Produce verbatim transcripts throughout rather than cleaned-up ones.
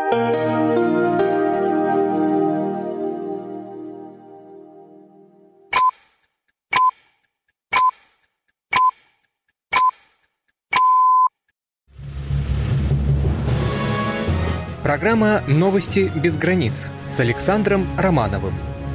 Программа «Новости без границ» с Александром Романовым.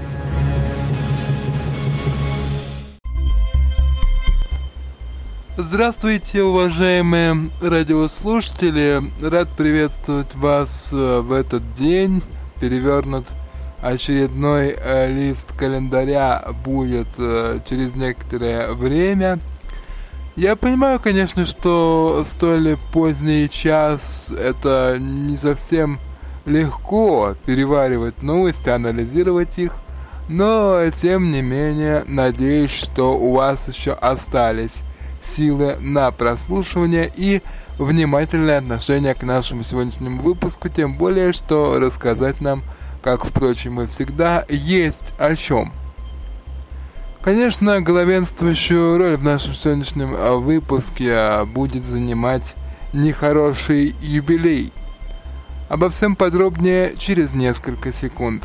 Здравствуйте, уважаемые радиослушатели! Рад приветствовать вас в этот день. Перевернут очередной э, лист календаря будет э, через некоторое время. Я понимаю, конечно, что столь поздний час это не совсем легко переваривать новости, анализировать их, но тем не менее надеюсь, что у вас еще остались силы на прослушивание и внимательное отношение к нашему сегодняшнему выпуску, тем более, что рассказать нам, как, впрочем, и всегда, есть о чем. Конечно, главенствующую роль в нашем сегодняшнем выпуске будет занимать нехороший юбилей. Обо всем подробнее через несколько секунд.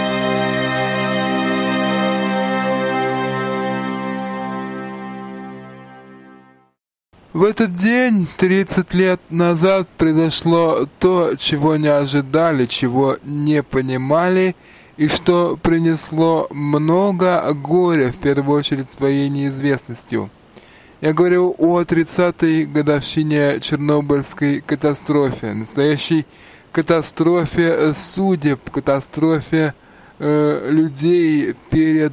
В этот день, тридцать лет назад, произошло то, чего не ожидали, чего не понимали, и что принесло много горя, в первую очередь, своей неизвестностью. Я говорю о тридцатой годовщине Чернобыльской катастрофе, настоящей катастрофе судеб, катастрофе э, людей перед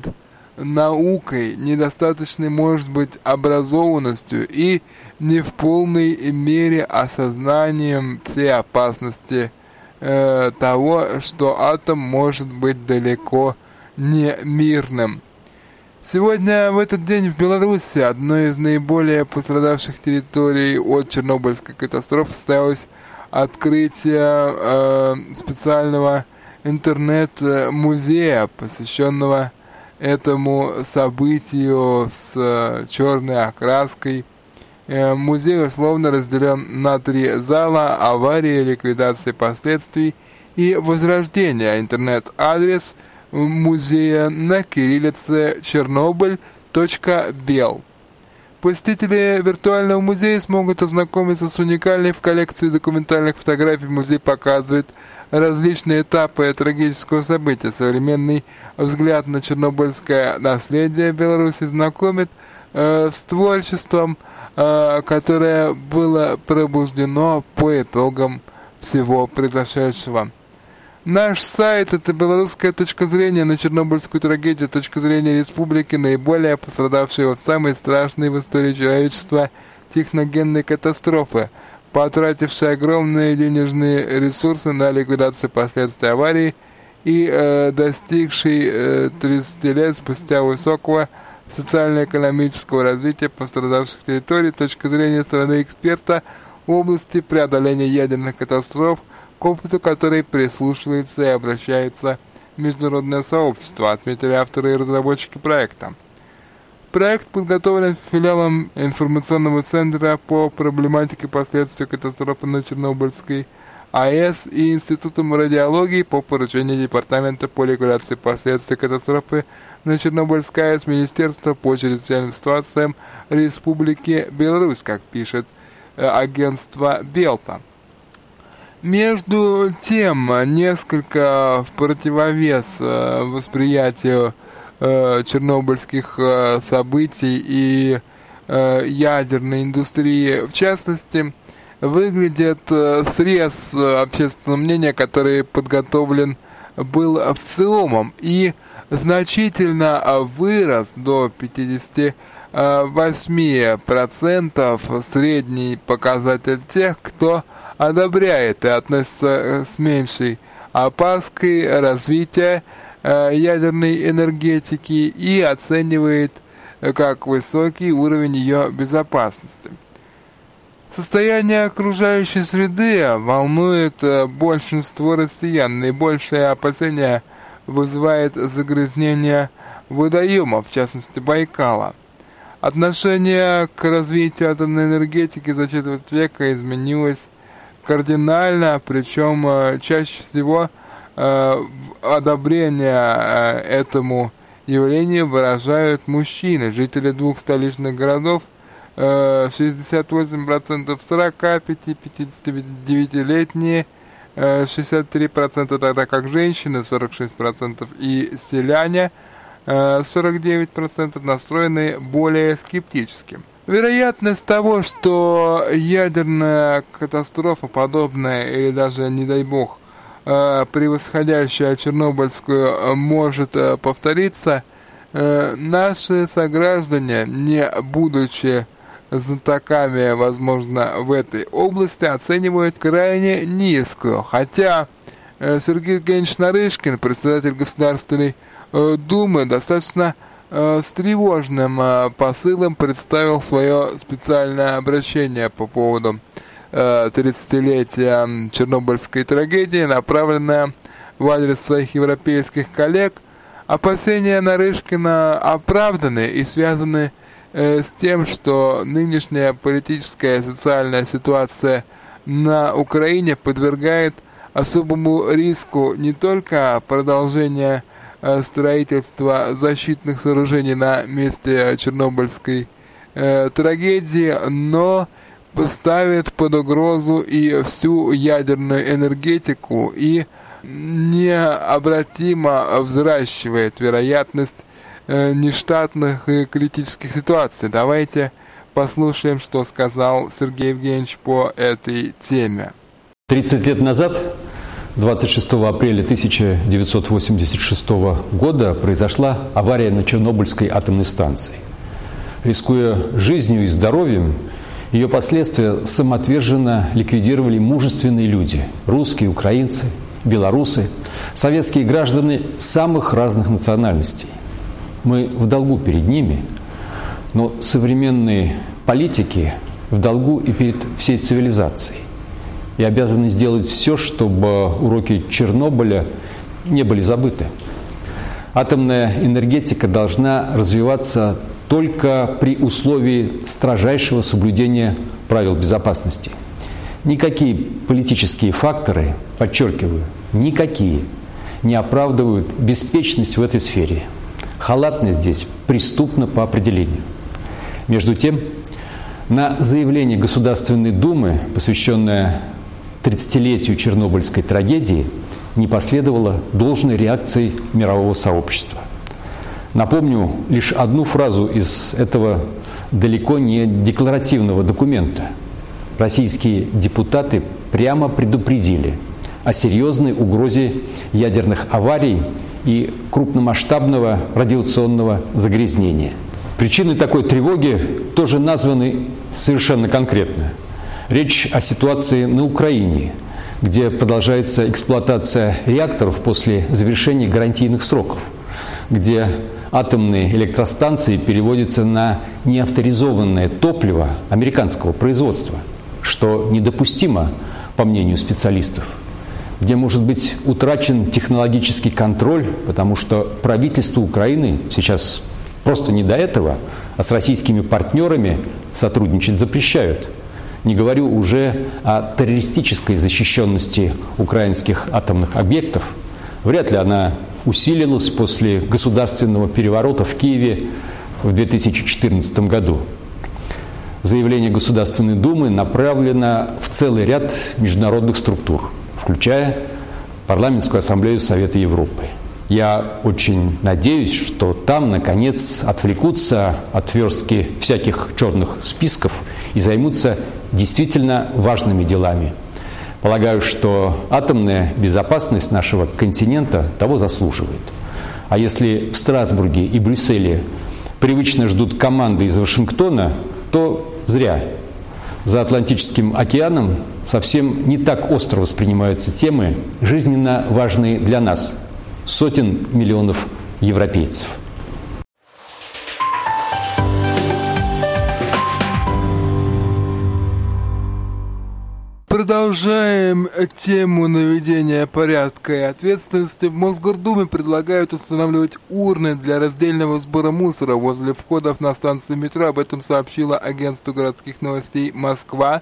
наукой, недостаточной, может быть, образованностью и не в полной мере осознанием всей опасности э, того, что атом может быть далеко не мирным. Сегодня, в этот день, в Беларуси, одной из наиболее пострадавших территорий от Чернобыльской катастрофы, состоялось открытие э, специального интернет-музея, посвященного этому событию с э, черной окраской. Э, музей условно разделен на три зала: аварии, ликвидации последствий и возрождение. Интернет-адрес музея на кириллице чернобыль точка бел. Посетители виртуального музея смогут ознакомиться с уникальной в коллекции документальных фотографий. Музей показывает различные этапы трагического события. Современный взгляд на чернобыльское наследие Беларуси знакомит э, с творчеством, э, которое было пробуждено по итогам всего произошедшего. Наш сайт — это белорусская точка зрения на чернобыльскую трагедию, точка зрения республики, наиболее пострадавшей от самой страшной в истории человечества техногенной катастрофы, потратившей огромные денежные ресурсы на ликвидацию последствий аварии и э, достигшей э, тридцать лет спустя высокого социально-экономического развития пострадавших территорий, точка зрения стороны эксперта в области преодоления ядерных катастроф, к опыту которой прислушивается и обращается международное сообщество, отметили авторы и разработчики проекта. Проект подготовлен филиалом информационного центра по проблематике последствий катастрофы на Чернобыльской АЭС и Институтом радиологии по поручению Департамента по ликвидации последствий катастрофы на Чернобыльской АЭС Министерства по чрезвычайным ситуациям Республики Беларусь, как пишет э, агентство Белта. Между тем, несколько в противовес э, восприятию э, чернобыльских э, событий и э, ядерной индустрии, в частности, выглядит э, срез общественного мнения, который подготовлен был ВЦИОМом и значительно вырос до пятидесяти восьми процентов средний показатель тех, кто одобряет и относится с меньшей опаской развития э, ядерной энергетики и оценивает э, как высокий уровень ее безопасности. Состояние окружающей среды волнует э, большинство россиян. Наибольшее опасение вызывает загрязнение водоемов, в частности Байкала. Отношение к развитию атомной энергетики за четверть века изменилось кардинально, причем чаще всего одобрение этому явлению выражают мужчины. Жители двух столичных городов шестьдесят восемь процентов, сорок пять-пятидесятидевятилетние шестьдесят три процента, тогда как женщины сорок шесть процентов и селяне сорок девять процентов настроены более скептически. Вероятность того, что ядерная катастрофа подобная или даже, не дай бог, превосходящая чернобыльскую, может повториться, наши сограждане, не будучи знатоками, возможно, в этой области, оценивают крайне низкую. Хотя Сергей Евгеньевич Нарышкин, председатель Государственной Думы, достаточно с тревожным посылом представил свое специальное обращение по поводу тридцатилетия чернобыльской трагедии, направленное в адрес своих европейских коллег. Опасения Нарышкина оправданы и связаны э, с тем, что нынешняя политическая и социальная ситуация на Украине подвергает особому риску не только продолжения э, строительства защитных сооружений на месте чернобыльской э, трагедии, но ставит под угрозу и всю ядерную энергетику и необратимо взращивает вероятность э, нештатных и критических ситуаций. Давайте послушаем, что сказал Сергей Евгеньевич по этой теме. тридцать лет назад, двадцать шестого апреля тысяча девятьсот восемьдесят шестого года, произошла авария на Чернобыльской атомной станции. Рискуя жизнью и здоровьем, ее последствия самоотверженно ликвидировали мужественные люди – русские, украинцы, белорусы, советские граждане самых разных национальностей. Мы в долгу перед ними, но современные политики в долгу и перед всей цивилизацией. И обязаны сделать все, чтобы уроки Чернобыля не были забыты. Атомная энергетика должна развиваться только при условии строжайшего соблюдения правил безопасности. Никакие политические факторы, подчеркиваю, никакие, не оправдывают беспечность в этой сфере. Халатность здесь преступна по определению. Между тем, на заявление Государственной Думы, посвященное тридцатилетию Чернобыльской трагедии, не последовало должной реакции мирового сообщества. Напомню лишь одну фразу из этого далеко не декларативного документа. Российские депутаты прямо предупредили о серьезной угрозе ядерных аварий и крупномасштабного радиационного загрязнения. Причины такой тревоги тоже названы совершенно конкретно. Речь о ситуации на Украине, где продолжается эксплуатация реакторов после завершения гарантийных сроков, где атомные электростанции переводятся на неавторизованное топливо американского производства, что недопустимо, по мнению специалистов, где может быть утрачен технологический контроль, потому что правительству Украины сейчас просто не до этого, а с российскими партнерами сотрудничать запрещают. Не говорю уже о террористической защищенности украинских атомных объектов. Вряд ли она усилилась после государственного переворота в Киеве в две тысячи четырнадцатом году. Заявление Государственной Думы направлено в целый ряд международных структур, включая Парламентскую ассамблею Совета Европы. Я очень надеюсь, что там, наконец, отвлекутся от верстки всяких черных списков и займутся действительно важными делами. Полагаю, что атомная безопасность нашего континента того заслуживает. А если в Страсбурге и Брюсселе привычно ждут команды из Вашингтона, то зря. За Атлантическим океаном совсем не так остро воспринимаются темы, жизненно важные для нас, сотен миллионов европейцев. Продолжаем тему наведения порядка и ответственности. В Мосгордуме предлагают устанавливать урны для раздельного сбора мусора возле входов на станции метро. Об этом сообщило агентство городских новостей «Москва».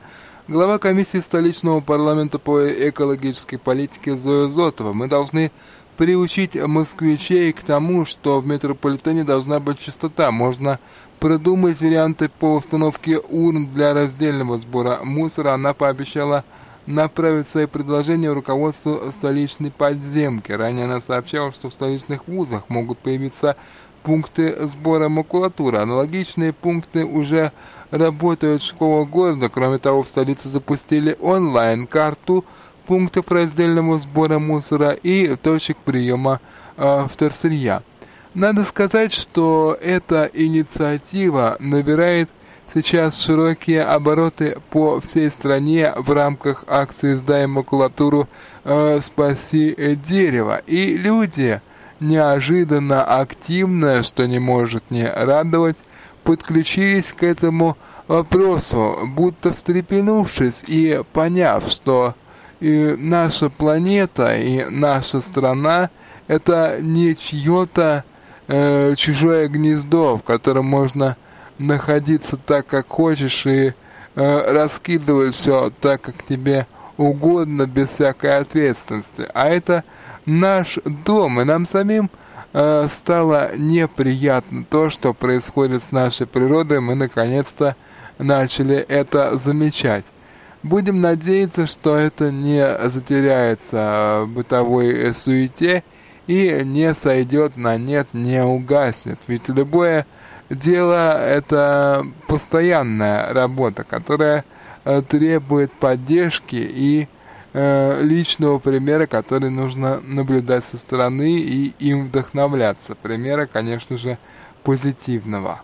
Глава комиссии столичного парламента по экологической политике Зоя Зотова: мы должны приучить москвичей к тому, что в метрополитене должна быть чистота. Можно продумать варианты по установке урн для раздельного сбора мусора. Она пообещала направить свои предложения в руководство столичной подземки. Ранее она сообщала, что в столичных вузах могут появиться пункты сбора макулатуры. Аналогичные пункты уже работают в школах города. Кроме того, в столице запустили онлайн-карту пунктов раздельного сбора мусора и точек приема э, вторсырья. Надо сказать, что эта инициатива набирает сейчас широкие обороты по всей стране в рамках акции «Сдай макулатуру, э, спаси дерево». И люди неожиданно активно, что не может не радовать, подключились к этому вопросу, будто встрепенувшись и поняв, что и наша планета, и наша страна — это не чье-то э, чужое гнездо, в котором можно находиться так, как хочешь, и э, раскидывать все так, как тебе угодно, без всякой ответственности. А это наш дом, и нам самим э, стало неприятно то, что происходит с нашей природой. Мы наконец-то начали это замечать. Будем надеяться, что это не затеряется в бытовой суете и не сойдет на нет, не угаснет. Ведь любое дело — это постоянная работа, которая э, требует поддержки и э, личного примера, который нужно наблюдать со стороны и им вдохновляться. Примера, конечно же, позитивного.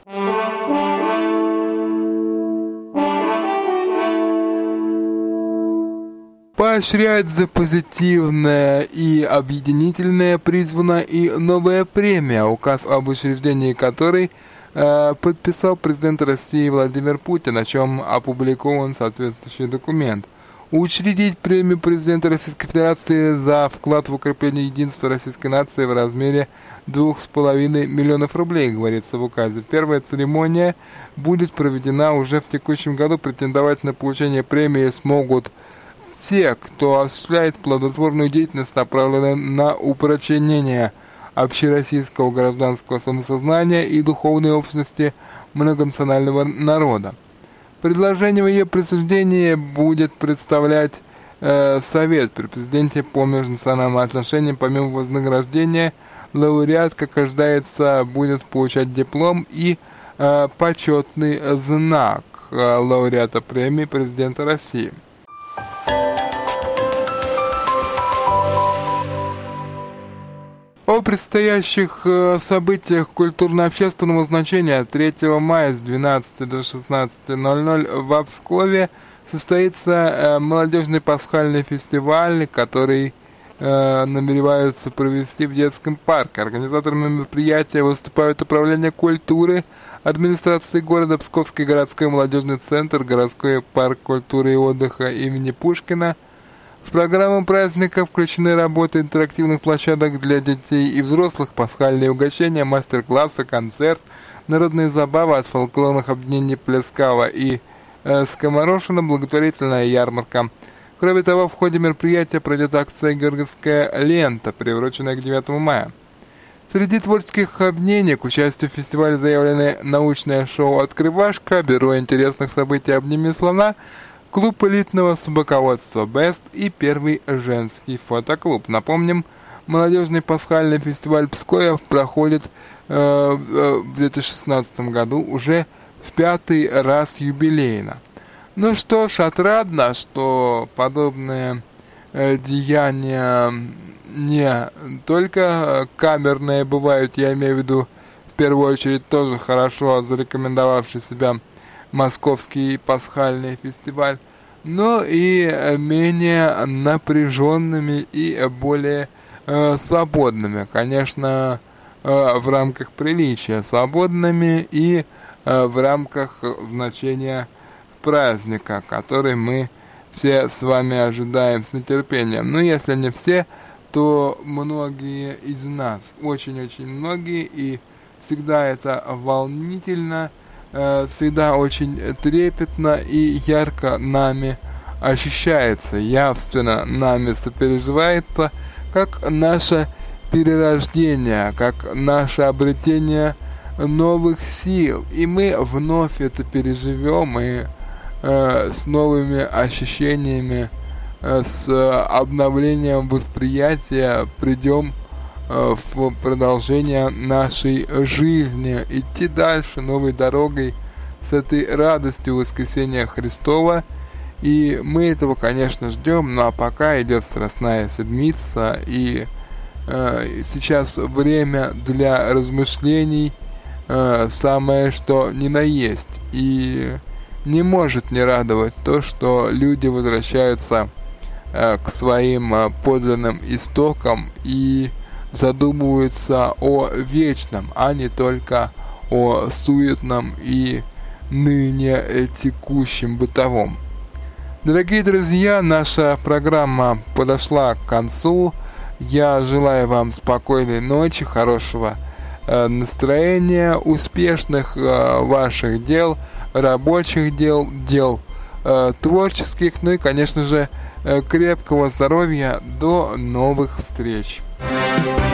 Поощрять за позитивное и объединительное призвана и новая премия, указ об учреждении которой э, подписал президент России Владимир Путин, о чем опубликован соответствующий документ. Учредить премию президента Российской Федерации за вклад в укрепление единства российской нации в размере двух с половиной миллионов рублей, говорится в указе. Первая церемония будет проведена уже в текущем году. Претендовать на получение премии смогут те, кто осуществляет плодотворную деятельность, направленную на упрочнение общероссийского гражданского самосознания и духовной общности многонационального народа. Предложение в ее присуждении будет представлять э, Совет при президенте по межнациональным отношениям. Помимо вознаграждения, лауреат, как ожидается, будет получать диплом и э, почетный знак э, лауреата премии президента России. О предстоящих э, событиях культурно-общественного значения третьего мая с двенадцати до шестнадцати ноль-ноль в Пскове состоится э, молодежный пасхальный фестиваль, который э, намереваются провести в детском парке. Организаторами мероприятия выступают Управление культуры, администрации города, Псковский городской молодежный центр, городской парк культуры и отдыха имени Пушкина. В программу праздника включены работы интерактивных площадок для детей и взрослых, пасхальные угощения, мастер-классы, концерт, народные забавы от фольклорных объединений Плескава и э, Скоморошина, благотворительная ярмарка. Кроме того, в ходе мероприятия пройдет акция «Георгиевская лента», приуроченная к девятому мая. Среди творческих объединений к участию в фестивале заявлены научное шоу «Открывашка», бюро интересных событий «Обними слона», клуб элитного собаководства «Бест» и первый женский фотоклуб. Напомним, молодежный пасхальный фестиваль Псков проходит э, в две тысячи шестнадцатом году уже в пятый раз юбилейно. Ну что ж, отрадно, что подобные э, деяния не только камерные бывают, я имею в виду в первую очередь тоже хорошо зарекомендовавший себя Московский пасхальный фестиваль, но и менее напряженными и более э, свободными, конечно, э, в рамках приличия, свободными и э, в рамках значения праздника, который мы все с вами ожидаем с нетерпением. Ну, если не все, то многие из нас, очень-очень многие, и всегда это волнительно, э, всегда очень трепетно и ярко нами ощущается, явственно нами сопереживается, как наше перерождение, как наше обретение новых сил. И мы вновь это переживем и э, с новыми ощущениями, э, с обновлением восприятия придем э, в продолжение нашей жизни, идти дальше новой дорогой с этой радостью воскресения Христова. И мы этого, конечно, ждем, но пока идет Страстная Седмица, и э, сейчас время для размышлений э, самое что ни на есть. И не может не радовать то, что люди возвращаются э, к своим э, подлинным истокам и задумываются о вечном, а не только о суетном и ныне текущем бытовом. Дорогие друзья, наша программа подошла к концу. Я желаю вам спокойной ночи, хорошего э, настроения, успешных э, ваших дел, рабочих дел, дел э, творческих, ну и, конечно же, э, крепкого здоровья. До новых встреч!